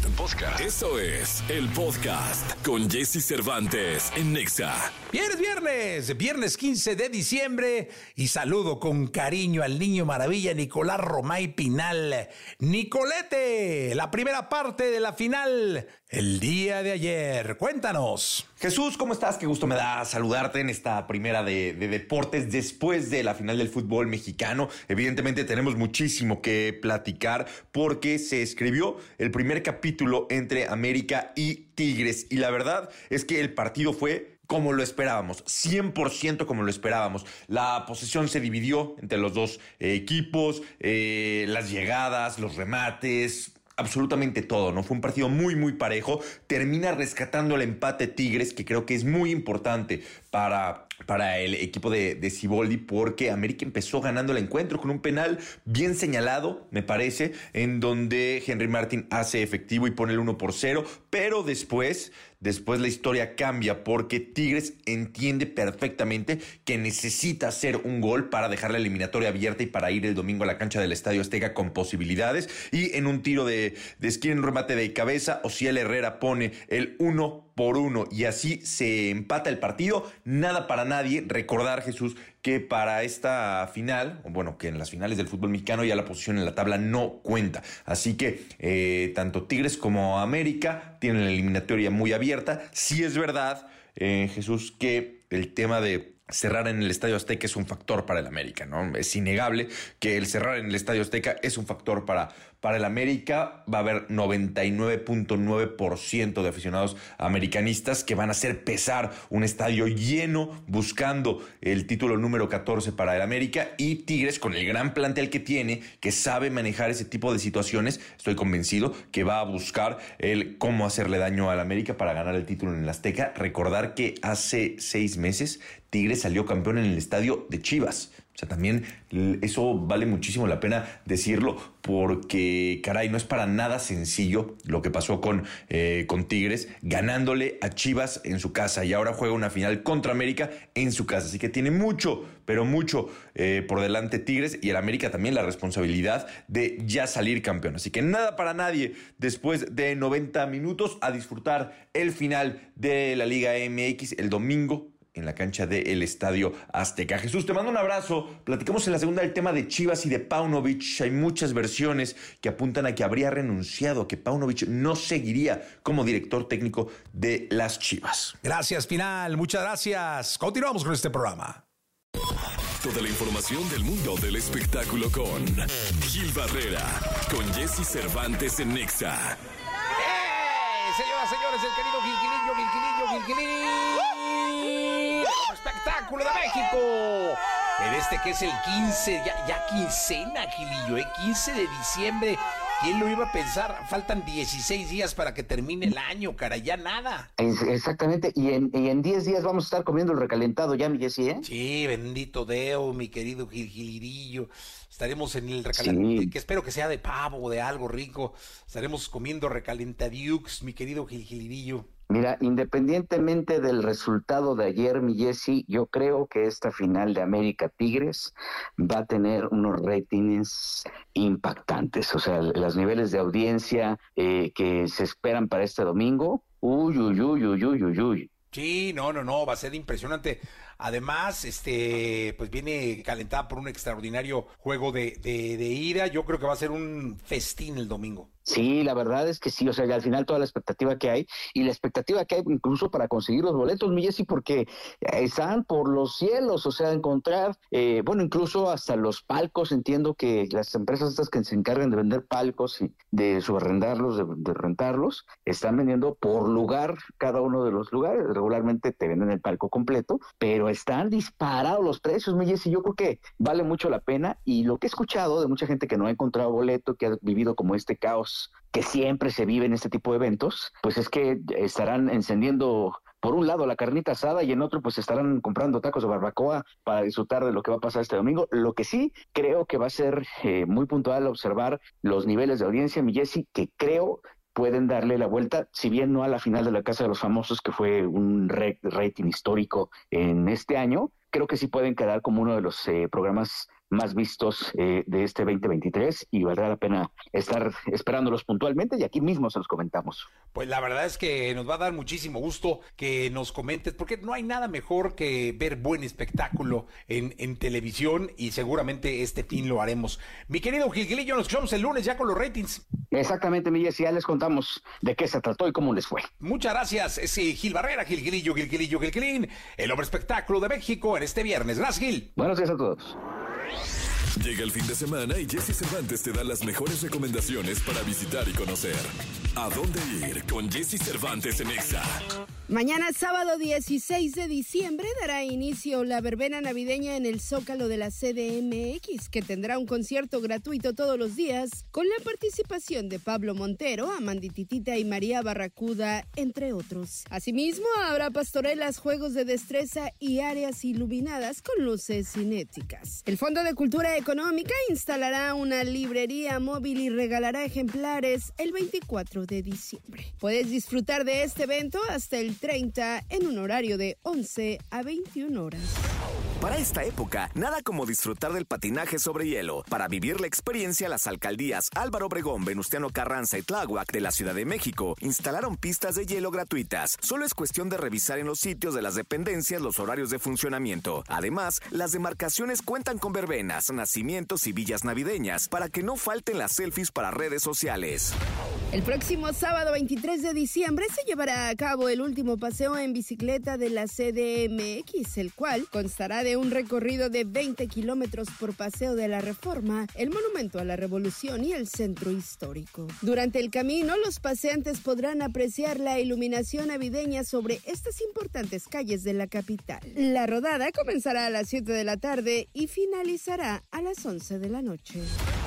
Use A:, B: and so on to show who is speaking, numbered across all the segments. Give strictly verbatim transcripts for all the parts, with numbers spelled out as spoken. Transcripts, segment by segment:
A: Podcast. Podcast. Eso es el podcast con Jesse Cervantes en Nexa.
B: Viernes, viernes, viernes quince de diciembre y saludo con cariño al niño maravilla Nicolás Romay Pinal. Nicolete, la primera parte de la final el día de ayer. Cuéntanos.
C: Jesús, ¿cómo estás? Qué gusto me da saludarte en esta primera de, de deportes después de la final del fútbol mexicano. Evidentemente tenemos muchísimo que platicar porque se escribió el primer capítulo entre América y Tigres y la verdad es que el partido fue como lo esperábamos, cien por ciento como lo esperábamos. La posesión se dividió entre los dos eh, equipos, eh, las llegadas, los remates, absolutamente todo, ¿no? Fue un partido muy, muy parejo. Termina rescatando el empate Tigres, que creo que es muy importante para, para el equipo de, de Siboldi, porque América empezó ganando el encuentro con un penal bien señalado, me parece, en donde Henry Martin hace efectivo y pone el uno por cero, pero después, después la historia cambia porque Tigres entiende perfectamente que necesita hacer un gol para dejar la eliminatoria abierta y para ir el domingo a la cancha del Estadio Azteca con posibilidades, y en un tiro de, de esquina, en un remate de cabeza, Osiel Herrera pone el uno por uno y así se empata el partido. Nada para nadie. Recordar, Jesús, que para esta final, bueno, que en las finales del fútbol mexicano ya la posición en la tabla no cuenta. Así que eh, tanto Tigres como América tienen la eliminatoria muy abierta. Sí es verdad, eh, Jesús, que el tema de cerrar en el Estadio Azteca es un factor para el América, ¿no? Es innegable que el cerrar en el Estadio Azteca es un factor para, para el América. Va a haber noventa y nueve punto nueve por ciento de aficionados americanistas que van a hacer pesar un estadio lleno buscando el título número catorce para el América, y Tigres, con el gran plantel que tiene, que sabe manejar ese tipo de situaciones, estoy convencido que va a buscar el cómo hacerle daño al América para ganar el título en el Azteca. Recordar que hace seis meses Tigres salió campeón en el estadio de Chivas. O sea, también eso vale muchísimo la pena decirlo, porque, caray, no es para nada sencillo lo que pasó con, eh, con Tigres, ganándole a Chivas en su casa, y ahora juega una final contra América en su casa. Así que tiene mucho, pero mucho eh, por delante Tigres, y el América también la responsabilidad de ya salir campeón. Así que nada para nadie después de noventa minutos. A disfrutar el final de la Liga M X el domingo en la cancha del Estadio Azteca. Jesús, te mando un abrazo. Platicamos en la segunda del tema de Chivas y de Paunovic. Hay muchas versiones que apuntan a que habría renunciado, que Paunovic no seguiría como director técnico de las Chivas.
B: Gracias, Pinal. Muchas gracias. Continuamos con este programa.
A: Toda la información del mundo del espectáculo con Gil Barrera, con Jesse Cervantes en Nexa.
B: ¡Hey! Señoras, señores, el querido Gilquilillo, Gilquilillo, Gilquilillo. Espectáculo de México. En este que es el quince, ya, ya quincena, Gilillo, ¿eh? quince de diciembre. ¿Quién lo iba a pensar? Faltan dieciséis días para que termine el año, cara, ya nada.
D: Exactamente, y en, y en diez días vamos a estar comiendo el recalentado ya, mi Jesse, ¿eh?
B: Sí, bendito Deo, mi querido Gilgilirillo. Estaremos en el recalentado, sí, que espero que sea de pavo o de algo rico. Estaremos comiendo recalentadiux, mi querido Gilgilirillo.
D: Mira, independientemente del resultado de ayer, mi Jesse, yo creo que esta final de América Tigres va a tener unos ratings impactantes. O sea, los niveles de audiencia eh, que se esperan para este domingo, uy, uy, uy, uy, uy, uy, uy.
B: Sí, no, no, no, va a ser impresionante. Además, este, pues viene calentada por un extraordinario juego de, de, de ida. Yo creo que va a ser un festín el domingo.
D: Sí, la verdad es que sí, o sea, al final toda la expectativa que hay, y la expectativa que hay incluso para conseguir los boletos, mi Jessy, porque están por los cielos, o sea, encontrar, eh, bueno, incluso hasta los palcos. Entiendo que las empresas estas que se encargan de vender palcos y de subarrendarlos, de, de rentarlos, están vendiendo por lugar cada uno de los lugares. Regularmente te venden el palco completo, pero están disparados los precios, mi Jessy. Yo creo que vale mucho la pena, y lo que he escuchado de mucha gente que no ha encontrado boleto, que ha vivido como este caos que siempre se vive en este tipo de eventos, pues es que estarán encendiendo por un lado la carnita asada y en otro pues estarán comprando tacos de barbacoa para disfrutar de lo que va a pasar este domingo. Lo que sí creo que va a ser eh, muy puntual observar los niveles de audiencia, mi Jessy, que creo pueden darle la vuelta, si bien no a la final de la Casa de los Famosos, que fue un rating histórico en este año. Creo que sí pueden quedar como uno de los eh, programas más vistos eh, de este veinte veintitrés y valdrá la pena estar esperándolos puntualmente y aquí mismo se los comentamos.
B: Pues la verdad es que nos va a dar muchísimo gusto que nos comentes, porque no hay nada mejor que ver buen espectáculo en, en televisión y seguramente este fin lo haremos. Mi querido Gilgilillo, nos escuchamos el lunes ya con los ratings.
D: Exactamente, Miguel, y ya les contamos de qué se trató y cómo les fue.
B: Muchas gracias, es Gil Barrera, Gilgilillo, Gilgilillo, Gilgilín, el hombre espectáculo de México en este viernes. Gracias, Gil.
D: Buenos días a todos.
A: Llega el fin de semana y Jesse Cervantes te da las mejores recomendaciones para visitar y conocer. ¿A dónde ir con Jesse Cervantes en Exa?
E: Mañana, sábado dieciséis de diciembre, dará inicio la verbena navideña en el Zócalo de la C D M X, que tendrá un concierto gratuito todos los días, con la participación de Pablo Montero, Amandititita y María Barracuda, entre otros. Asimismo, habrá pastorelas, juegos de destreza y áreas iluminadas con luces cinéticas. El Fondo de Cultura Económica instalará una librería móvil y regalará ejemplares el veinticuatro de diciembre. Puedes disfrutar de este evento hasta el treinta en un horario de once a veintiuna horas.
F: Para esta época, nada como disfrutar del patinaje sobre hielo. Para vivir la experiencia, las alcaldías Álvaro Obregón, Venustiano Carranza y Tláhuac de la Ciudad de México instalaron pistas de hielo gratuitas. Solo es cuestión de revisar en los sitios de las dependencias los horarios de funcionamiento. Además, las demarcaciones cuentan con verbenas, nacimientos y villas navideñas para que no falten las selfies para redes sociales.
E: El próximo sábado veintitrés de diciembre se llevará a cabo el último paseo en bicicleta de la C D M X, el cual constará de un recorrido de veinte kilómetros por Paseo de la Reforma, el Monumento a la Revolución y el Centro Histórico. Durante el camino, los paseantes podrán apreciar la iluminación navideña sobre estas importantes calles de la capital. La rodada comenzará a las siete de la tarde y finalizará a las once de la noche.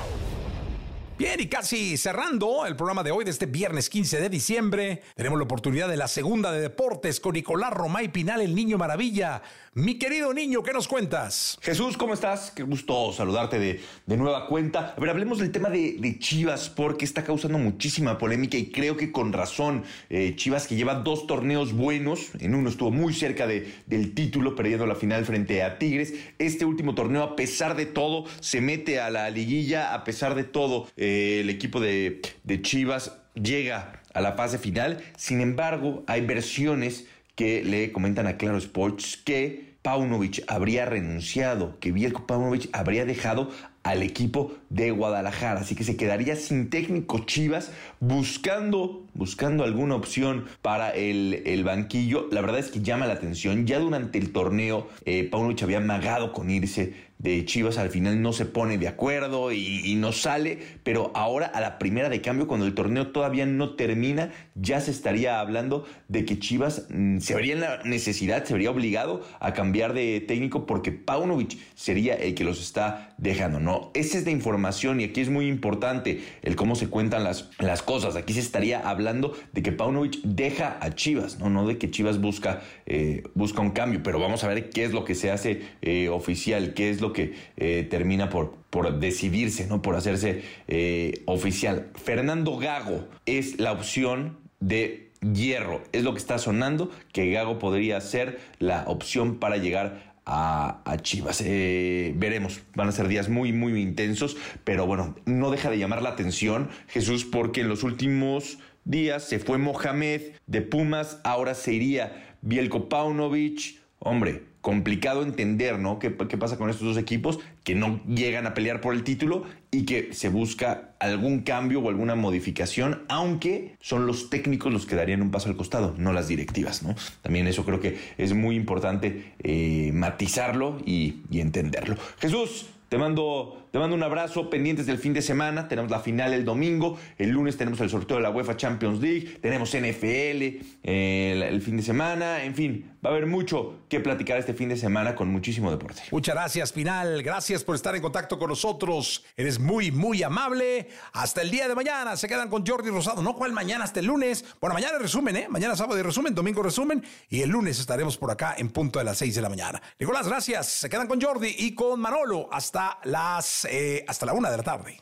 B: Bien, y casi cerrando el programa de hoy de este viernes quince de diciembre, tenemos la oportunidad de la segunda de deportes con Nicolás Romay Pinal, el Niño Maravilla. Mi querido niño, ¿qué nos cuentas?
C: Jesús, ¿cómo estás? Qué gusto saludarte de, de nueva cuenta. A ver, hablemos del tema de, de Chivas, porque está causando muchísima polémica y creo que con razón. Eh, Chivas, que lleva dos torneos buenos, en uno estuvo muy cerca de, del título, perdiendo la final frente a Tigres. Este último torneo, a pesar de todo, se mete a la liguilla, a pesar de todo, eh, el equipo de, de Chivas llega a la fase final. Sin embargo, hay versiones que le comentan a Claro Sports que Paunovic habría renunciado, que Veljko Paunovic habría dejado al equipo de Guadalajara, así que se quedaría sin técnico Chivas, buscando, buscando alguna opción para el, el banquillo. La verdad es que llama la atención. Ya durante el torneo, eh, Paunovic había amagado con irse de Chivas, al final no se pone de acuerdo y, y no sale, pero ahora a la primera de cambio, cuando el torneo todavía no termina, ya se estaría hablando de que Chivas mmm, se vería en la necesidad, se vería obligado a cambiar de técnico porque Paunovic sería el que los está dejando, ¿no? Esa es la información y aquí es muy importante el cómo se cuentan las, las cosas. Aquí se estaría hablando de que Paunovic deja a Chivas, no, no de que Chivas busca, eh, busca un cambio, pero vamos a ver qué es lo que se hace eh, oficial, qué es lo que eh, termina por, por decidirse, ¿no? Por hacerse eh, oficial. Fernando Gago es la opción de Hierro. Es lo que está sonando, que Gago podría ser la opción para llegar a, a Chivas. Eh, veremos, van a ser días muy, muy intensos, pero bueno, no deja de llamar la atención, Jesús, porque en los últimos días se fue Mohamed de Pumas, ahora se iría Veljko Paunovic. Hombre, complicado entender, ¿no? ¿Qué, qué pasa con estos dos equipos que no llegan a pelear por el título y que se busca algún cambio o alguna modificación, aunque son los técnicos los que darían un paso al costado, no las directivas, ¿no? También eso creo que es muy importante eh, matizarlo y, y entenderlo. Jesús, Te mando, te mando un abrazo, pendientes del fin de semana. Tenemos la final el domingo, el lunes tenemos el sorteo de la UEFA Champions League, tenemos N F L eh, el, el fin de semana, en fin, va a haber mucho que platicar este fin de semana con muchísimo deporte.
B: Muchas gracias, Pinal, gracias por estar en contacto con nosotros, eres muy, muy amable. Hasta el día de mañana, se quedan con Jordi Rosado, no cuál mañana, hasta el lunes. Bueno, mañana resumen, ¿eh? Mañana sábado de resumen, domingo resumen, y el lunes estaremos por acá en punto de las seis de la mañana. Nicolás, gracias, se quedan con Jordi y con Manolo hasta las, eh, hasta la una de la tarde.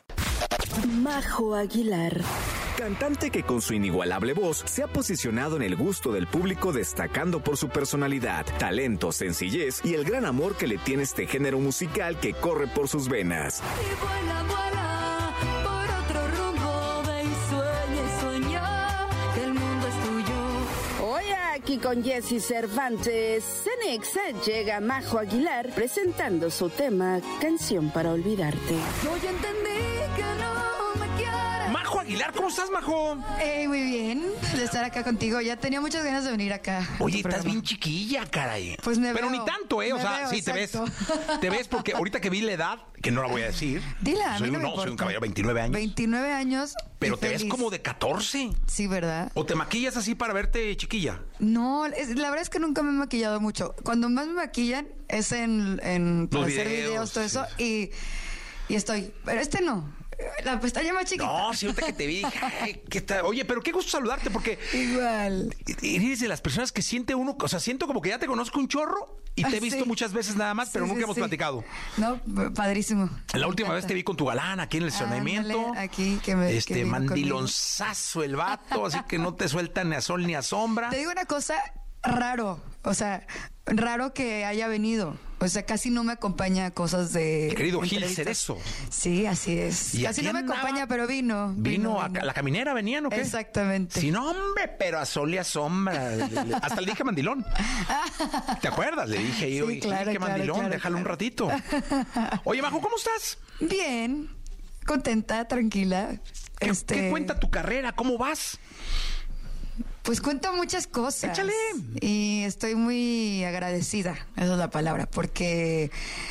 G: Majo Aguilar.
F: Cantante que con su inigualable voz se ha posicionado en el gusto del público, destacando por su personalidad, talento, sencillez y el gran amor que le tiene este género musical que corre por sus venas.
H: Y vuela, vuela por otro rumbo, ve y sueña y sueña que el mundo es tuyo.
E: Hoy aquí con Jessy Cervantes, en Exa llega Majo Aguilar presentando su tema Canción para Olvidarte.
H: Yo ya entendí que no me quieres.
B: Majo Aguilar, ¿cómo estás, Majo?
I: Hey, muy bien de estar acá contigo. Ya tenía muchas ganas de venir acá.
B: Oye, estás bien chiquilla, caray.
I: Pues me
B: Pero
I: veo.
B: ni tanto, ¿eh? O
I: Me
B: sea,
I: veo,
B: sí, te
I: exacto.
B: ves. Te ves porque ahorita que vi la edad, que no la voy a decir.
I: Dila, a
B: soy
I: mí no
B: un,
I: me
B: no, soy un
I: importa.
B: caballero, veintinueve años.
I: veintinueve años.
B: Pero
I: y
B: te ves
I: feliz.
B: como de catorce.
I: Sí, ¿verdad?
B: ¿O te maquillas así para verte chiquilla?
I: No, es- la verdad es que nunca me he maquillado mucho. Cuando más me maquillan es en, en para
B: Los
I: hacer
B: videos,
I: videos, todo
B: sí.
I: eso. Y, y estoy. Pero este no. La pestaña más chiquita.
B: No, si ahorita que te vi, dije, ay, ¿qué tal? Oye, pero qué gusto saludarte porque
I: Igual.
B: eres de las personas que siente uno, o sea, siento como que ya te conozco un chorro y te he
I: Ah,
B: visto
I: sí.
B: muchas veces nada más, pero
I: Sí,
B: nunca
I: sí,
B: hemos
I: sí.
B: platicado.
I: No, padrísimo.
B: La
I: Me
B: última vez
I: encanta.
B: te vi con tu galán aquí en el estacionamiento.
I: Ándale, aquí, que me- que
B: Este
I: vino
B: mandilonzazo el vato, así que no te suelta ni a sol ni a sombra.
I: Te digo una cosa, raro, o sea, raro que haya venido. O sea, casi no me acompaña a cosas de...
B: El querido Gil
I: entrevistas.
B: Cerezo.
I: Sí, así es.
B: Y
I: Casi
B: aquí
I: no me
B: andaba.
I: acompaña, pero vino.
B: Vino a la caminera, venían o qué?
I: Exactamente.
B: Sí, no, hombre, pero a sol y a sombra. Hasta le dije mandilón. ¿Te acuerdas? Le dije,
I: Sí,
B: oye, Gil,
I: claro,
B: qué
I: claro,
B: mandilón,
I: claro,
B: déjalo un
I: claro.
B: ratito. Oye, Majo, ¿cómo estás?
I: Bien, contenta, tranquila.
B: ¿Qué,
I: Este,
B: qué cuenta tu carrera? ¿Cómo vas?
I: Pues cuento muchas cosas.
B: Échale.
I: Y estoy muy agradecida, esa es la palabra, porque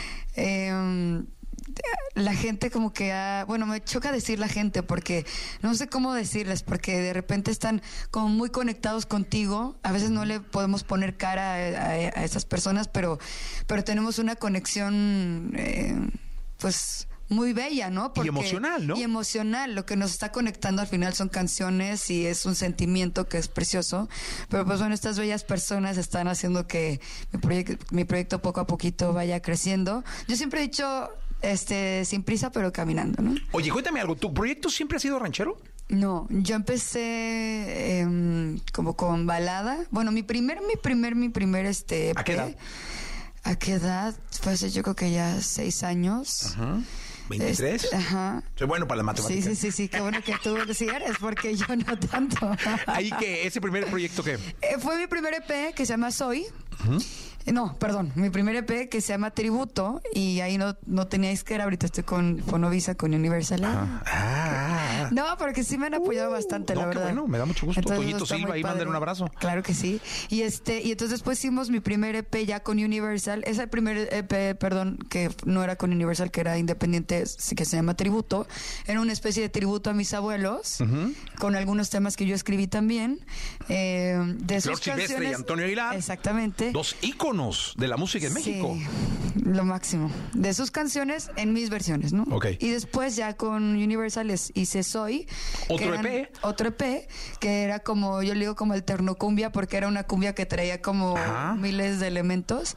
I: eh, la gente como que ha... Bueno, me choca decir la gente porque no sé cómo decirles, porque de repente están como muy conectados contigo. A veces no le podemos poner cara a, a- a esas personas, pero, pero tenemos una conexión, eh, pues... muy bella, ¿no?
B: Y emocional, ¿no?
I: Y emocional. Lo que nos está conectando al final son canciones y es un sentimiento que es precioso. Pero pues bueno, estas bellas personas están haciendo que mi, proyec- mi proyecto poco a poquito vaya creciendo. Yo siempre he dicho, este, sin prisa, pero caminando, ¿no?
B: Oye, cuéntame algo. ¿Tu proyecto siempre ha sido ranchero?
I: No, yo empecé em, como con balada. Bueno, mi primer, mi primer, mi primer, este...
B: ¿A qué
I: E P.
B: edad?
I: ¿A qué edad? Fue hace yo creo que ya seis años.
B: Ajá. ¿veintitrés?
I: Este, ajá.
B: Soy bueno para las
I: Sí,
B: matemáticas.
I: sí, sí, sí, qué bueno que tú sí eres, porque yo no tanto.
B: Ahí que ese primer proyecto que...
I: Eh, Fue mi primer E P que se llama Soy. Eh, No, perdón, mi primer E P que se llama Tributo y ahí no, no tenía disquera, ahorita estoy con Fonovisa, con Universal.
B: Ah, ah, ah.
I: No, porque sí me han apoyado bastante,
B: no,
I: la
B: qué
I: verdad.
B: bueno, me da mucho gusto.
I: Entonces,
B: Toñito
I: está
B: Silva,
I: muy
B: ahí
I: padre.
B: mándale un abrazo.
I: Claro que sí. Y este, y entonces después hicimos mi primer E P ya con Universal. Ese primer E P, perdón, que no era con Universal, que era independiente, sí, que se llama Tributo. Era una especie de tributo a mis abuelos, con algunos temas que yo escribí también. Eh, de
B: Flor
I: sus
B: Silvestre y
I: canciones-
B: Antonio Aguilar.
I: Exactamente.
B: Dos íconos de la música en México.
I: Sí, lo máximo. De sus canciones en mis versiones, ¿no?
B: Ok.
I: Y después ya con Universal les hice Soy. que
B: Otro
I: eran-
B: E P.
I: Otro E P, que era como, yo le digo como alternocumbia, porque era una cumbia que traía como
B: Ajá.
I: miles de elementos.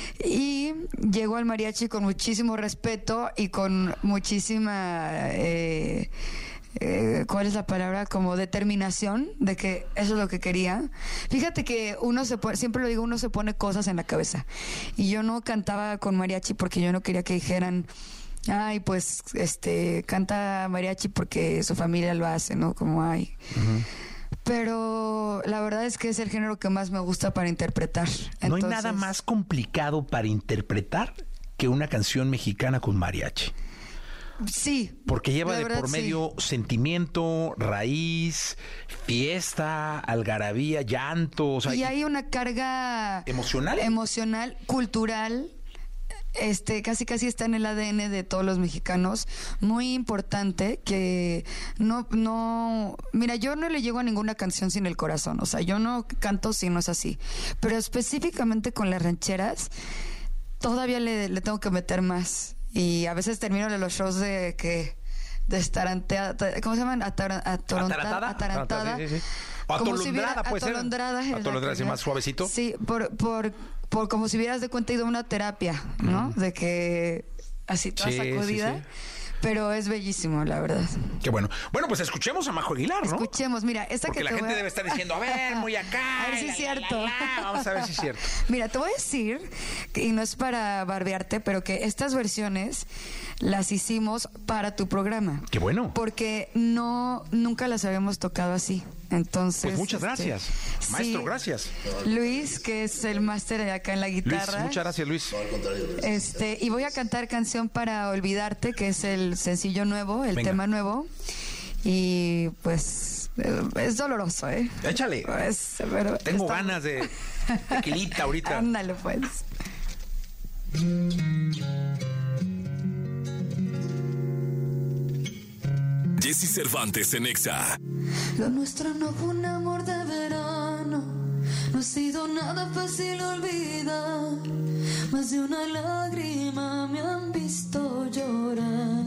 I: Y llegó al mariachi con muchísimo respeto y con muchísima... eh, eh, ¿cuál es la palabra? Como determinación de que eso es lo que quería. Fíjate que uno se pone, siempre lo digo, uno se pone cosas en la cabeza. Y yo no cantaba con mariachi porque yo no quería que dijeran, ay, pues, este, canta mariachi porque su familia lo hace, ¿no? Como, ay. Pero la verdad es que es el género que más me gusta para interpretar.
B: No hay
I: Entonces,
B: nada más complicado para interpretar que una canción mexicana con mariachi.
I: Sí.
B: Porque lleva
I: la
B: de
I: verdad,
B: por
I: sí.
B: medio sentimiento, raíz, fiesta, algarabía, llanto. O sea,
I: Y hay una carga
B: ¿Emocional?
I: emocional, cultural, este, casi casi está en el A D N de todos los mexicanos, muy importante que no, no, mira, yo no le llego a ninguna canción sin el corazón, o sea, yo no canto si no es así, pero específicamente con las rancheras, todavía le, le tengo que meter más, y a veces termino de los shows de que de estarantea, ¿cómo se llaman? Atar, atorontada,
B: ¿Ataratada?
I: atarantada.
B: Sí, sí, sí. O
I: Como si
B: atolondrada,
I: hubiera-
B: puede ser.
I: atolondrada,
B: Atolondrada, así
I: exacto.
B: más suavecito.
I: Sí, por, por, por como si hubieras de cuenta ido a una terapia, ¿no? De que así toda
B: Sí, sí,
I: sacudida.
B: sí.
I: pero es bellísimo, la verdad.
B: Qué bueno. Bueno, pues escuchemos a Majo Aguilar, ¿no?
I: Escuchemos, mira, esta
B: Porque
I: que
B: la
I: te
B: gente
I: voy a...
B: debe estar diciendo, a ver, muy acá.
I: A ver si
B: la,
I: es
B: la,
I: cierto.
B: la, la. Vamos a ver si es cierto.
I: Mira, te voy a decir, que- y no es para barbearte, pero que estas versiones las hicimos para tu programa.
B: Qué bueno.
I: Porque no, nunca las habíamos tocado así. Entonces.
B: Pues muchas
I: este,
B: gracias.
I: sí.
B: Maestro, gracias.
I: Luis, que es el máster de acá en la
B: Luis,
I: guitarra.
B: muchas gracias, Luis.
I: Este, y voy a cantar Canción para Olvidarte, que es el sencillo nuevo, el
B: Venga.
I: tema nuevo. Y pues eh, es doloroso, ¿eh?
B: Échale.
I: Es- pero
B: Tengo
I: está-
B: ganas de tequilita ahorita.
I: Ándale, pues.
A: Jessy Cervantes en Exa.
H: Lo nuestro no fue un amor de verano, no ha sido nada fácil olvidar. Más de una lágrima me han visto llorar.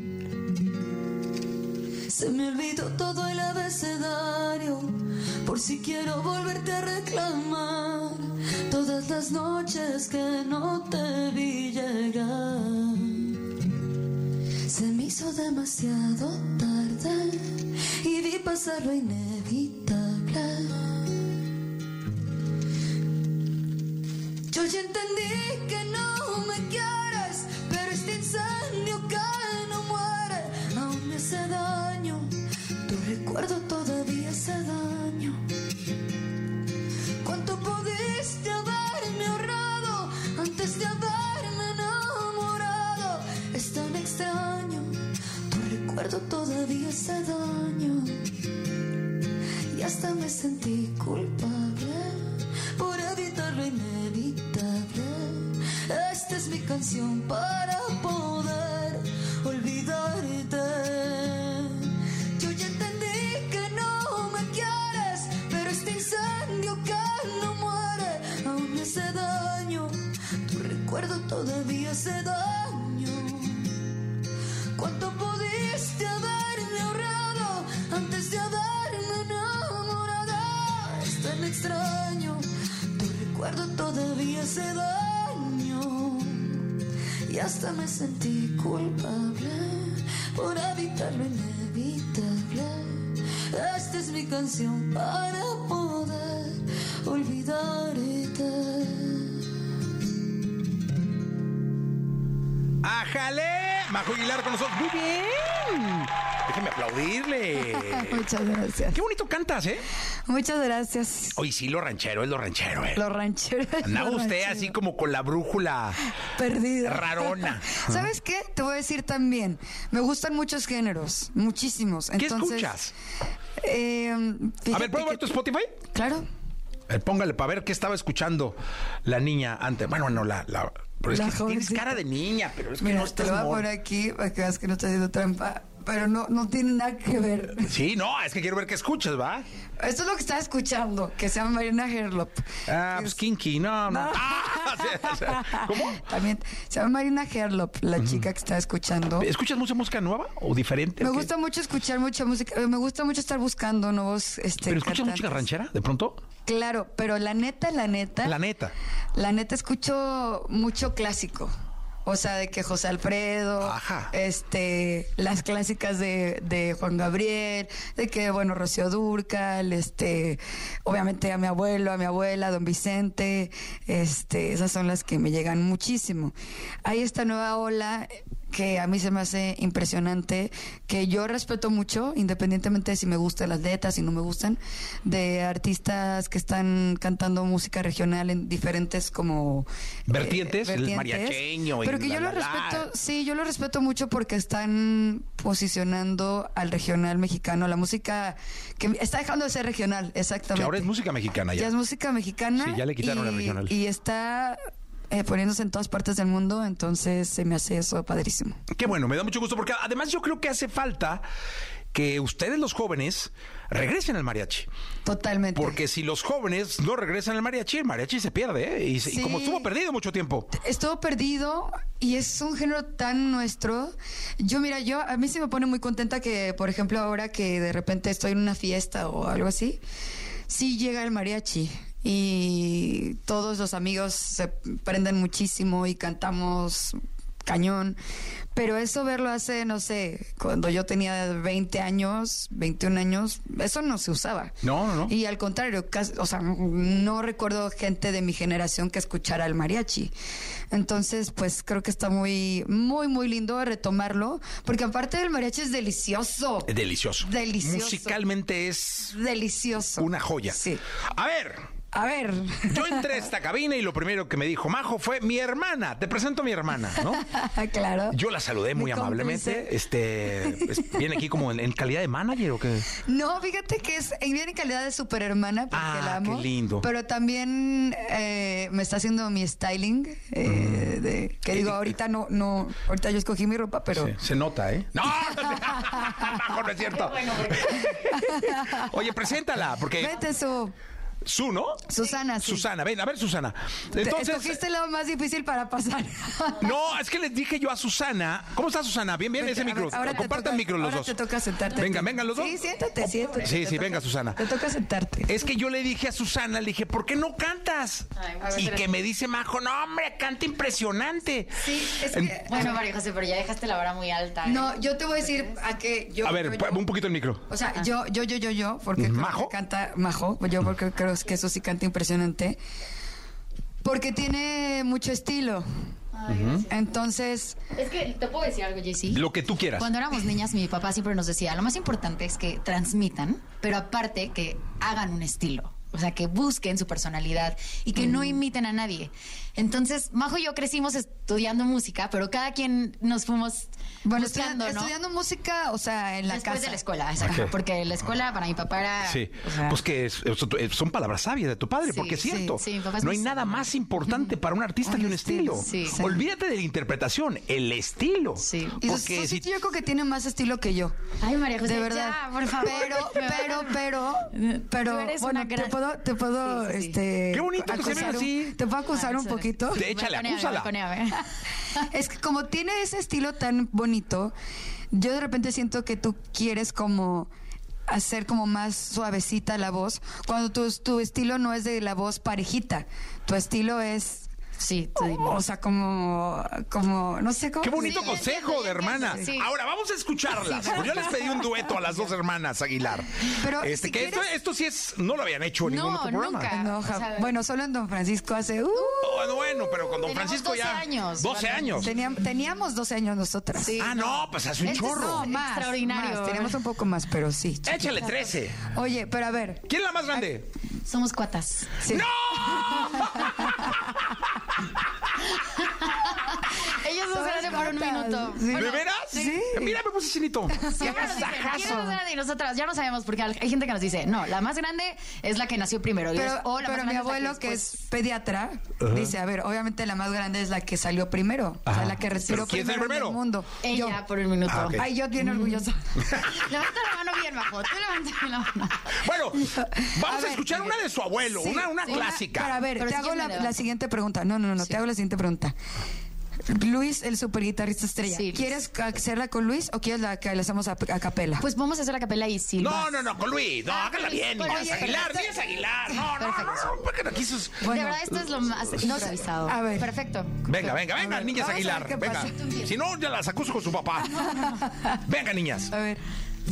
H: Se me olvidó todo el abecedario, por si quiero volverte a reclamar. Todas las noches que no te vi llegar. Se me hizo demasiado tarde y vi pasar lo inevitable. Yo ya entendí que no me quieres, pero este incendio que no muere aún me hace daño. Tu recuerdo todavía hace daño. ¿Cuánto pudiste haberme ahorrado antes de haberme enamorado? Es tan extraño, tu recuerdo todavía hace daño. Y hasta me sentí culpable por evitar lo inevitable. Esta es mi canción para poder olvidarte. Yo ya entendí que no me quieres, pero este incendio que no muere aún me hace daño. Tu recuerdo todavía hace daño. ¿Cuánto pudiste haberme ahorrado antes de haberme enamorado? Es tan extraño, tu recuerdo todavía hace daño. Y hasta me sentí culpable por evitar lo inevitable. Esta es mi canción para poder olvidarte.
B: ¡Ájale! Majo Aguilar con nosotros. Muy bien. Déjeme aplaudirle.
I: Muchas gracias.
B: Qué bonito cantas, ¿eh?
I: Muchas gracias.
B: Oye, sí, lo ranchero es lo ranchero, ¿eh?
I: Los rancheros.
B: Andaba
I: los
B: usted
I: rancheros.
B: así como con la brújula
I: Perdida.
B: rarona.
I: ¿Sabes qué? Te voy a decir también. Me gustan muchos géneros, muchísimos.
B: ¿Qué
I: Entonces,
B: escuchas?
I: eh,
B: A
I: fíjate
B: ver, ¿puedo ver
I: que-
B: tu Spotify?
I: Claro.
B: A ver, póngale para ver qué estaba escuchando la niña antes. Bueno, no, la... la pero es
I: La
B: que tienes
I: jovencita.
B: cara de niña, pero es que
I: Mira,
B: no
I: te
B: estás
I: lo voy a
B: mor-
I: poner aquí para que veas que no estoy haciendo trampa. Pero no, no tiene nada que ver.
B: Sí, no, es que quiero ver qué escuchas, ¿va?
I: Esto es lo que estaba escuchando, que se llama Marina Herlop.
B: Ah,
I: Que
B: pues
I: es-
B: kinky, no, no.
I: No.
B: Ah, sí, o sea, ¿cómo?
I: También se llama Marina Herlop, la chica que está escuchando.
B: ¿Escuchas mucha música nueva o diferente?
I: Me
B: o qué?
I: gusta mucho escuchar mucha música. eh, Me gusta mucho estar buscando nuevos. Este,
B: ¿Pero escuchas música
I: cantantes.
B: ranchera, de pronto?
I: Claro, pero la neta, la neta.
B: La neta.
I: La neta escucho mucho clásico. O sea, de que José Alfredo,
B: Ajá.
I: este, las clásicas de, de Juan Gabriel, de que, bueno, Rocío Dúrcal, este, obviamente a mi abuelo, a mi abuela, don Vicente, este, esas son las que me llegan muchísimo. Hay esta nueva ola que a mí se me hace impresionante, que yo respeto mucho, independientemente de si me gustan las letras, si no me gustan, de artistas que están cantando música regional en diferentes como...
B: Vertientes,
I: eh,
B: el mariacheño y
I: Pero que
B: la,
I: yo lo
B: la, la.
I: respeto, sí, yo lo respeto mucho porque están posicionando al regional mexicano, la música que está dejando de ser regional, exactamente.
B: Que ahora es música mexicana ya.
I: Ya es música mexicana.
B: Sí, ya le quitaron
I: y,
B: la regional.
I: Y está eh, poniéndose en todas partes del mundo, entonces se me hace eso padrísimo.
B: Qué bueno, me da mucho gusto porque además yo creo que hace falta que ustedes los jóvenes regresen al mariachi.
I: Totalmente.
B: Porque si los jóvenes no regresan al mariachi, el mariachi se pierde, ¿eh? Y, se- y
I: Sí.
B: como estuvo perdido mucho tiempo.
I: Estuvo perdido y es un género tan nuestro. Yo, mira, yo a mí se me pone muy contenta que, por ejemplo, ahora que de repente estoy en una fiesta o algo así, sí llega el mariachi y todos los amigos se prenden muchísimo y cantamos cañón. Pero eso verlo hace, no sé, cuando yo tenía veinte años, veintiún años, eso no se usaba.
B: No, no, no.
I: Y al contrario, casi, o sea, no recuerdo gente de mi generación que escuchara el mariachi. Entonces, pues creo que está muy, muy, muy lindo retomarlo, porque aparte del mariachi es delicioso.
B: Es delicioso.
I: Delicioso.
B: Musicalmente es
I: Delicioso.
B: una joya.
I: Sí.
B: A ver...
I: A ver.
B: Yo entré a esta cabina y lo primero que me dijo Majo fue mi hermana. Te presento a mi hermana, ¿no?
I: Claro.
B: Yo la saludé muy
I: Mi
B: amablemente.
I: cómplice.
B: Este, es- ¿viene aquí como en, en calidad de manager o qué?
I: No, fíjate que es viene en calidad de super hermana porque
B: Ah,
I: la amo.
B: qué lindo.
I: Pero también eh, me está haciendo mi styling. eh, de- que digo, ahorita no, no, ahorita yo escogí mi ropa, pero.
B: Sí, se nota, ¿eh? No, Majo, no es cierto. Oye, preséntala, porque
I: Vete su.
B: Su, ¿no?
I: Susana, sí.
B: Susana, ven, a ver, Susana.
I: Te-
B: Entonces,
I: Escogiste lo más difícil para pasar.
B: no, es que les dije yo a Susana. ¿Cómo está Susana? Bien, bien,
I: Vete,
B: ese
I: a ver,
B: micro.
I: ahora te
B: Compartan
I: toca-
B: micro los
I: ahora
B: dos.
I: te toca sentarte.
B: Venga, vengan los dos.
I: Sí, siéntate, siéntate.
B: Sí,
I: Te
B: sí,
I: toca-
B: venga, Susana.
I: Te toca sentarte.
B: Es que yo le dije a Susana, le dije, ¿por qué no cantas? Y que me dice Majo, no, hombre, canta impresionante.
I: Sí, es
B: En-
I: que.
G: Bueno, María José, pero ya dejaste la vara muy alta. ¿eh?
I: No, yo te voy a decir a que yo.
B: A ver,
I: yo-
B: pu- un poquito el micro.
I: O sea, yo, yo, yo, yo, yo, porque creo
B: ¿Majo?
I: que canta Majo, yo porque creo que eso sí canta impresionante, porque tiene mucho estilo. Entonces,
G: Es que te puedo decir algo, Jessy.
B: Lo que tú quieras.
G: Cuando éramos niñas, mi papá siempre nos decía, lo más importante es que transmitan, pero aparte que hagan un estilo. O sea, que busquen su personalidad y que no imiten a nadie. Entonces, Majo y yo crecimos estudiando música, pero cada quien nos fuimos
I: bueno,
G: buscando,
I: estudiando,
G: ¿no?
I: estudiando música, o sea, en la
G: Después
I: casa.
G: de la escuela, exacto.
B: Ok.
G: Porque la escuela para mi papá era...
B: Sí,
G: o sea,
B: pues que es- es- son palabras sabias de tu padre,
G: Sí,
B: porque es
G: sí,
B: cierto.
G: sí, mi papá es
B: no hay
G: muy
B: nada
G: sabio.
B: más importante para un artista
I: Un
B: que un estilo.
I: estilo,
G: sí.
B: Olvídate de la interpretación, el estilo.
G: Sí.
I: Y
B: Porque
I: Susi,
B: si
I: yo creo que tiene más estilo que yo.
G: Ay, María José,
I: De verdad.
G: ya, por favor.
I: Pero, pero, pero, pero,
G: Tú eres
I: bueno,
G: una
I: te
G: gran-
I: puedo, te puedo,
G: Sí, sí, sí.
I: este.
B: Qué bonito que se
I: acusar
B: ven
I: un-
B: así.
I: Te puedo acusar
G: Ah,
I: un
G: sorry.
I: poquito.
B: Sí, échale,
G: Balconéame,
B: acúsala.
G: balconéame.
I: Es que como tiene ese estilo tan bonito, yo de repente siento que tú quieres como hacer como más suavecita la voz, cuando tu, tu estilo no es de la voz parejita, tu estilo es,
G: Sí, tú dime.
I: o sea, como, como, no sé cómo.
B: Qué bonito
G: Sí,
B: consejo
G: entiendo,
B: de hermana.
G: sí.
B: Ahora vamos a escucharlas. Pues yo les pedí un dueto a las dos hermanas Aguilar.
I: Pero
B: este,
I: si
B: que esto,
I: quieres-
B: esto sí es, no lo habían hecho en
G: No,
B: ningún otro programa.
G: nunca.
I: No, ja-
G: O sea,
I: bueno, solo en Don Francisco hace. Uh,
B: Oh, bueno, pero con don
G: Teníamos
B: Francisco
G: doce
B: ya.
G: años,
B: doce
G: ¿vale?
B: años.
I: teníamos, teníamos doce años nosotras.
G: Sí.
B: Ah, no, pues hace un
G: Este
B: chorro.
I: No, más.
G: Extraordinario.
I: más. Teníamos un poco más, pero sí.
B: Échale trece.
I: Oye, pero a ver.
B: ¿Quién es la más grande?
G: Somos cuatas.
I: Sí.
B: ¡No!
G: Ellos nos
I: Somos
G: grandes por un
I: cuatas.
G: minuto.
I: Sí.
B: ¿De veras?
I: Sí.
B: Mira, me puse chinito.
G: Siempre nos dicen, ¿quién es más grande? Y nosotras ya no sabemos porque hay gente que nos dice, no, la más grande es la que nació primero. Y
I: Pero,
G: es- o la más
I: pero mi
G: grande
I: abuelo,
G: es la
I: que
G: después-
I: es pediatra, dice, a ver, obviamente la más grande es la que salió primero. O sea,
B: Ajá.
I: la que respiró
B: ¿Pero quién es el
I: primero,
B: primero?
I: en el mundo.
G: Ella
I: Yo.
G: por un minuto.
B: Ah, ok.
I: Ay, yo bien orgullosa.
G: Levanta la mano bien, Majo. Tú levanta bien la mano.
B: Bueno, vamos a,
I: ver,
B: escuchar una de su abuelo,
I: Sí,
B: una, una
I: sí.
B: clásica.
I: Pero a ver,
G: Pero
I: te hago la,
G: síguemela.
I: la siguiente pregunta. No, no, no, no, te hago la siguiente pregunta. Luis, el super guitarrista estrella.
G: Sí, Luis.
I: ¿Quieres hacerla con Luis o quieres la que la hacemos a, a capela?
G: Pues vamos a hacer la capela y Silva.
B: No, no, no, con Luis. No,
G: Ah,
B: hágala
G: Luis,
B: bien,
G: bueno,
B: Inés
G: oye,
B: Aguilar.
G: perfecto.
B: Inés Aguilar. No, no,
G: Perfecto.
B: no, no, porque aquí sus-
G: de verdad, esto es lo más
I: no sé,
G: improvisado.
I: a ver.
G: Perfecto.
B: Venga, venga, venga,
I: A ver,
B: niñas
I: vamos a ver
B: Aguilar.
I: qué
B: Venga.
I: pasa.
B: Si no, ya las acuso con su papá. Venga, niñas.
I: A ver.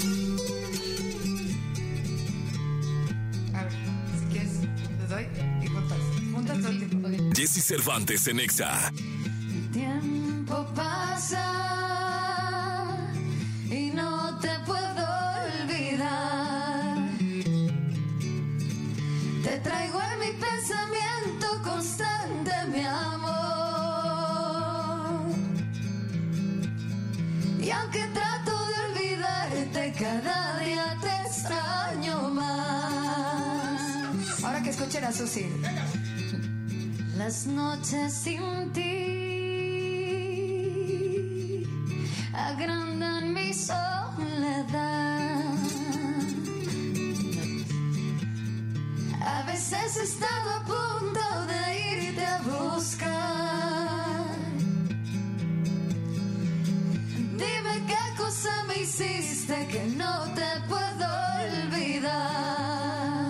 I: A ver, si quieres, te doy y juntas. Juntas todo el tiempo.
A: Jessy Cervantes en Exa.
H: El tiempo pasa y no te puedo olvidar. Te traigo en mi pensamiento constante, mi amor. Y aunque trato de olvidarte, cada día te extraño más.
I: Ahora que escuchen a Susi.
H: Las noches sin ti agrandan mi soledad. A veces he estado a punto de irte a buscar. Dime qué cosa me hiciste que no te puedo olvidar.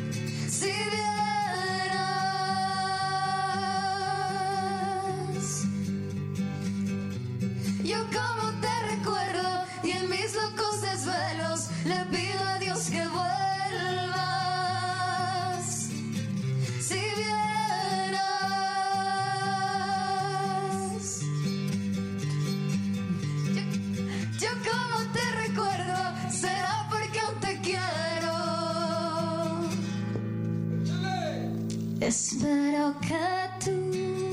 H: Si vieras Espero que tú,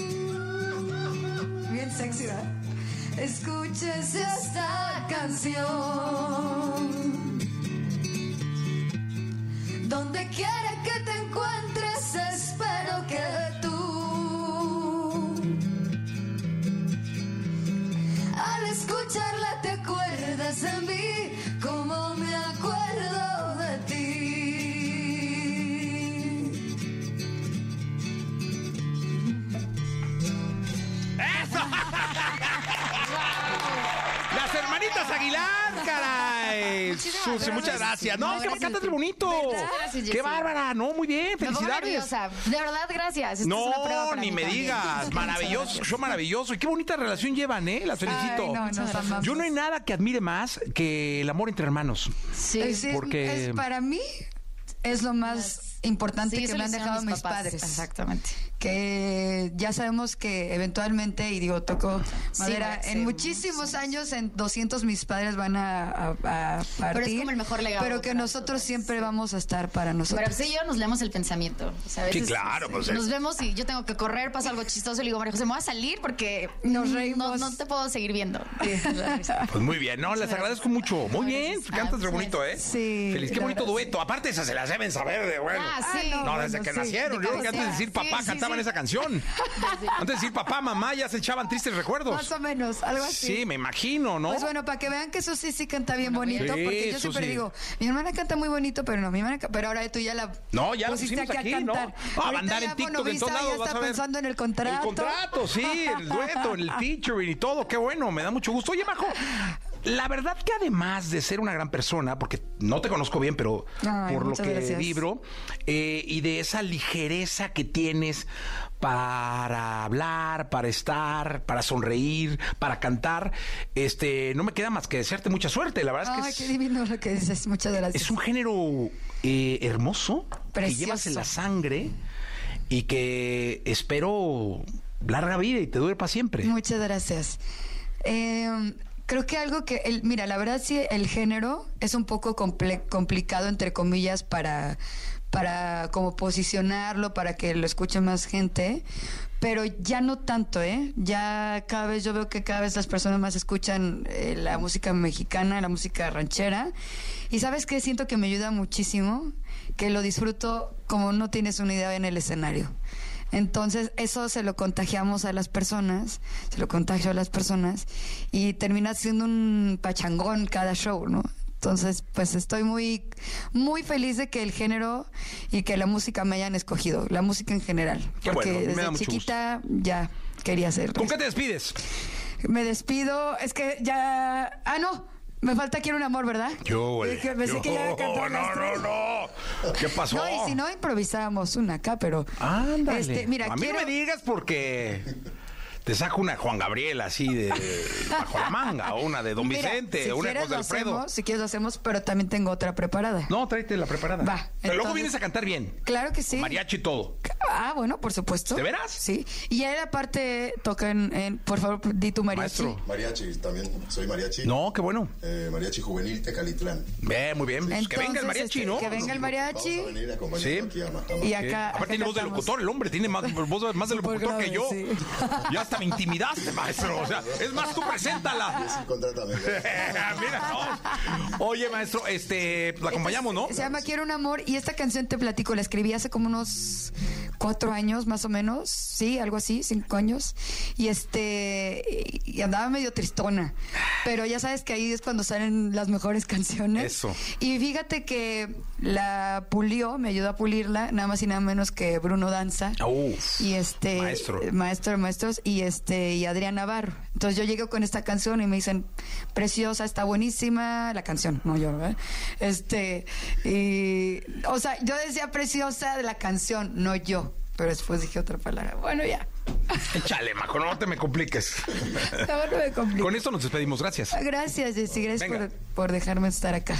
I: Bien sexy, ¿verdad?
H: escuches esta canción. Donde quiera que te encuentres, espero que tú, al escucharla te acuerdas de mí como me acuerdo de ti.
B: Las hermanitas Aguilar, caray.
G: Muchísimas
B: Susi, muchas
G: gracias.
B: gracias. No,
G: No,
B: que me
G: gracias
B: cantas
G: a ti.
B: bonito.
G: Gracias, Jessy.
B: Qué bárbara. No, muy bien.
G: Me pongo
B: Felicidades.
G: nerviosa. De verdad, gracias. Esta es una prueba
B: No,
G: para
B: ni
G: mí
B: me
G: también.
B: digas. Maravilloso, show maravilloso. Y qué bonita relación llevan, ¿eh? Las felicito.
I: Ay, no, nos amamos.
B: Yo no hay nada que admire más que el amor entre hermanos.
G: Sí.
I: Es, es-
B: porque-
I: es- para mí es lo más importante
G: Sí,
I: que
G: eso
I: me
G: le
I: han
G: hicieron
I: dejado mis,
G: mis papás.
I: padres.
G: Exactamente.
I: Que ya sabemos que eventualmente, y digo, toco madera,
G: Sí,
I: en
G: sí,
I: muchísimos
G: sí.
I: años, en doscientos mis padres van a, a- a partir.
G: como el mejor legado
I: Pero que
G: para
I: nosotros
G: nosotros,
I: siempre
G: sí.
I: vamos a estar para nosotros.
G: Pero sí, yo nos leemos el pensamiento. O sea, a
B: Sí,
G: veces
B: claro, pues,
G: nos
B: es-
G: vemos y yo tengo que correr, pasa algo chistoso y le digo, María José, me voy a salir porque
I: Nos
G: no-
I: reímos.
G: No, te puedo seguir viendo. Sí, la risa.
B: Pues muy bien, no, les agradezco mucho. Muy bien,
G: gracias.
B: cantas
G: Ah,
B: re bonito, ¿eh?
I: Sí,
B: Feliz, qué
I: la
B: bonito
I: verdad,
B: dueto. Aparte, esas se las deben saber de bueno.
G: Ah, sí.
B: No,
I: no,
B: desde
I: bueno,
B: que
I: sí,
B: nacieron.
I: de
B: Yo creo que antes de
I: cabecera.
B: decir papá
G: Sí, sí,
B: cantaban
G: sí.
B: esa canción. Antes de decir papá, mamá, ya se echaban tristes recuerdos.
I: Más o menos, algo así.
B: Sí, me imagino, ¿no?
I: Pues bueno, para que vean que Susi sí canta bien bonito,
B: Sí,
I: porque yo siempre
B: Susi.
I: digo, mi hermana canta muy bonito, pero no, mi hermana, ca- pero ahora tú ya la
B: No, ya lo
I: pusiste
B: pusimos
I: aquí,
B: aquí,
I: a
B: ¿no?
I: cantar.
B: No, a
I: Ahorita
B: andar en
I: ya
B: TikTok en
I: Bonovisa
B: todos lados,
I: ya
B: vas
I: está
B: a ver.
I: pensando en el contrato.
B: El contrato, sí, el dueto, el featuring y todo, qué bueno, me da mucho gusto. Oye, Majo, la verdad que además de ser una gran persona, porque no te conozco bien, pero
I: Ay,
B: por lo
I: muchas
B: que
I: gracias.
B: vibro, eh, y de esa ligereza que tienes para hablar, para estar, para sonreír, para cantar, este, no me queda más que desearte mucha suerte. La verdad es
I: Ay,
B: que
I: qué
B: es,
I: divino lo que dices, muchas gracias.
B: es un género eh, hermoso que
I: Precioso.
B: llevas en la sangre y que espero larga vida y te dure para siempre.
I: Muchas gracias. Eh, creo que algo que, el, mira, la verdad sí, el género es un poco comple- complicado, entre comillas, para, para como posicionarlo, para que lo escuche más gente, pero ya no tanto, ¿eh? Ya cada vez yo veo que cada vez las personas más escuchan eh, la música mexicana, la música ranchera, y ¿sabes qué? Siento que me ayuda muchísimo, que lo disfruto como no tienes una idea en el escenario. Entonces, eso se lo contagiamos a las personas, se lo contagio a las personas y termina siendo un pachangón cada show, ¿no? Entonces, pues estoy muy, muy feliz de que el género y que la música me hayan escogido, la música en general.
B: Qué
I: porque
B: bueno, me
I: desde
B: da mucho
I: chiquita ya quería hacerlo.
B: ¿Con qué te despides?
I: Me despido, es que ya... Ah, no, me falta Quiero un amor, ¿verdad?
B: Yo,
I: Es que pensé que ya había cantado
B: no,
I: las
B: no,
I: tres.
B: no. ¿Qué pasó?
I: No, y si no, improvisábamos una acá, pero...
B: Ándale.
I: Este, mira,
B: a mí
I: quiero...
B: no me digas porque te saco una Juan Gabriel así de bajo la manga, o una de Don
I: Mira,
B: Vicente,
I: si
B: o una
I: quieres
B: cosa de
I: lo
B: Alfredo.
I: hacemos, si quieres lo hacemos, pero también tengo otra preparada.
B: No, tráete la preparada.
I: Va,
B: Pero luego
I: entonces-
B: vienes a cantar bien.
I: Claro que sí.
B: Mariachi y todo.
I: Ah, bueno, por supuesto.
B: ¿De veras?
I: Sí. Y él aparte toca en, en- por favor, di tu mariachi.
B: Maestro.
J: Mariachi, también soy mariachi.
B: No, qué bueno.
J: Eh, mariachi juvenil Tecalitlán.
B: Ve, muy bien. Pues que venga el
I: Entonces,
B: mariachi,
I: este,
B: ¿no?
I: que venga el mariachi.
J: Vamos a venir acompañando
B: Sí.
J: aquí a Mahama.
I: Y
B: Sí.
I: acá.
B: Aparte
I: acá
B: tiene voz de
I: cantamos.
B: locutor, el hombre tiene más voz más de
I: Súper
B: locutor que
I: grave,
B: yo.
I: sí.
B: Ya hasta me intimidaste, maestro. O sea, es más, tú preséntala.
J: Sí, contrátame.
B: Mira, no. Oye, maestro, este, la acompañamos, ¿no?
I: Se llama Quiero un amor y esta canción te platico, la escribí hace como unos cuatro años más o menos, sí, algo así, cinco años. Y este, y andaba medio tristona, pero ya sabes que ahí es cuando salen las mejores canciones.
B: Eso.
I: Y fíjate que la pulió, me ayudó a pulirla, nada más y nada menos que Bruno Danza.
B: Uf,
I: y este
B: maestro.
I: maestro de maestros y este y Adrián Navarro. Entonces yo llego con esta canción y me dicen, preciosa, está buenísima la canción, no yo, ¿verdad? Este y o sea, yo decía preciosa de la canción, no yo, pero después dije otra palabra. Bueno, ya.
B: Échale, Majo, no te me compliques.
I: No, no me complico.
B: Con esto nos despedimos, gracias.
I: Gracias, Jessy, gracias
B: Venga.
I: por, por dejarme estar acá.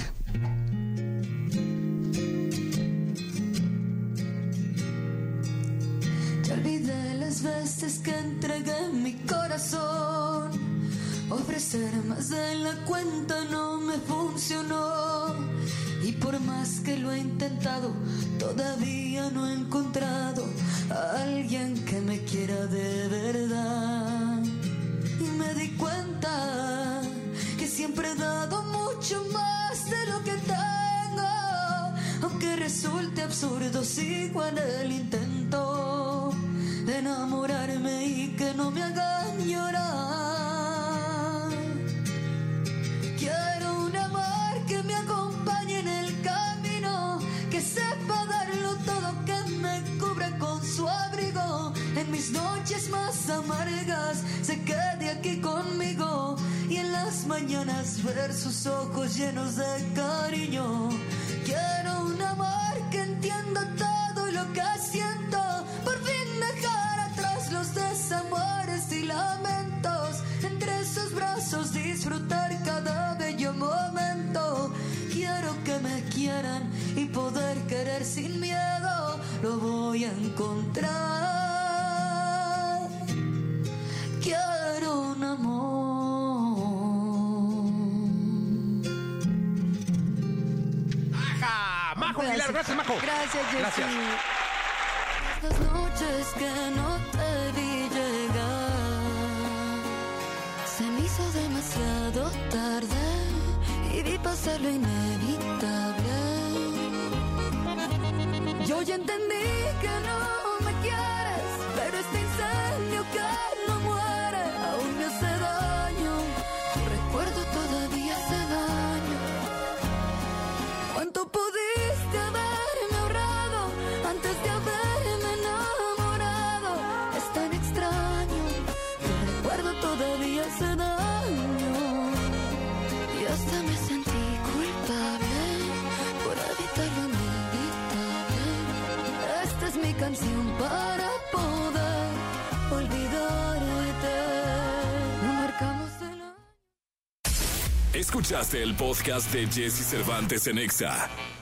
H: Ya olvidé las veces que entregué mi corazón. Ofrecer más de la cuenta no me funcionó. Y Por más que lo he intentado, todavía no he encontrado a alguien que me quiera de verdad. Y me di cuenta que siempre he dado mucho más de lo que tengo. Aunque resulte absurdo, sigo en el intento de enamorarme y que no me hagan llorar. Quiero un amor que me acompañe en el camino, que sepa darlo todo, que me cubra con su abrigo. En mis noches más amargas se quede aquí conmigo, y en las mañanas ver sus ojos llenos de cariño. Quiero un amor que entienda todo lo que siento, por fin dejar atrás los desamores y lamentos, entre sus brazos disfrutar cada bello momento. Quiero que me quieran y poder querer sin miedo, lo voy a encontrar. Quiero un amor.
B: ¡Ajá! Majo Aguilar, gracias, Majo.
I: Gracias, Jessy.
B: Gracias.
H: Las noches que no te vi llegar, se me hizo demasiado tarde y vi pasar lo inevitable. Yo ya entendí que no me quieres, pero este incendio que no muere aún me hace daño. Tu recuerdo todavía hace daño. ¿Cuánto pudiste haberme ahorrado antes de haberme enamorado? Es tan extraño, tu recuerdo todavía hace daño. Y hasta me sentí culpable por evitar lo inevitable. Esta es mi canción para poder olvidarte. No marcamos el año.
A: Escuchaste el podcast de Jessy Cervantes en Exa.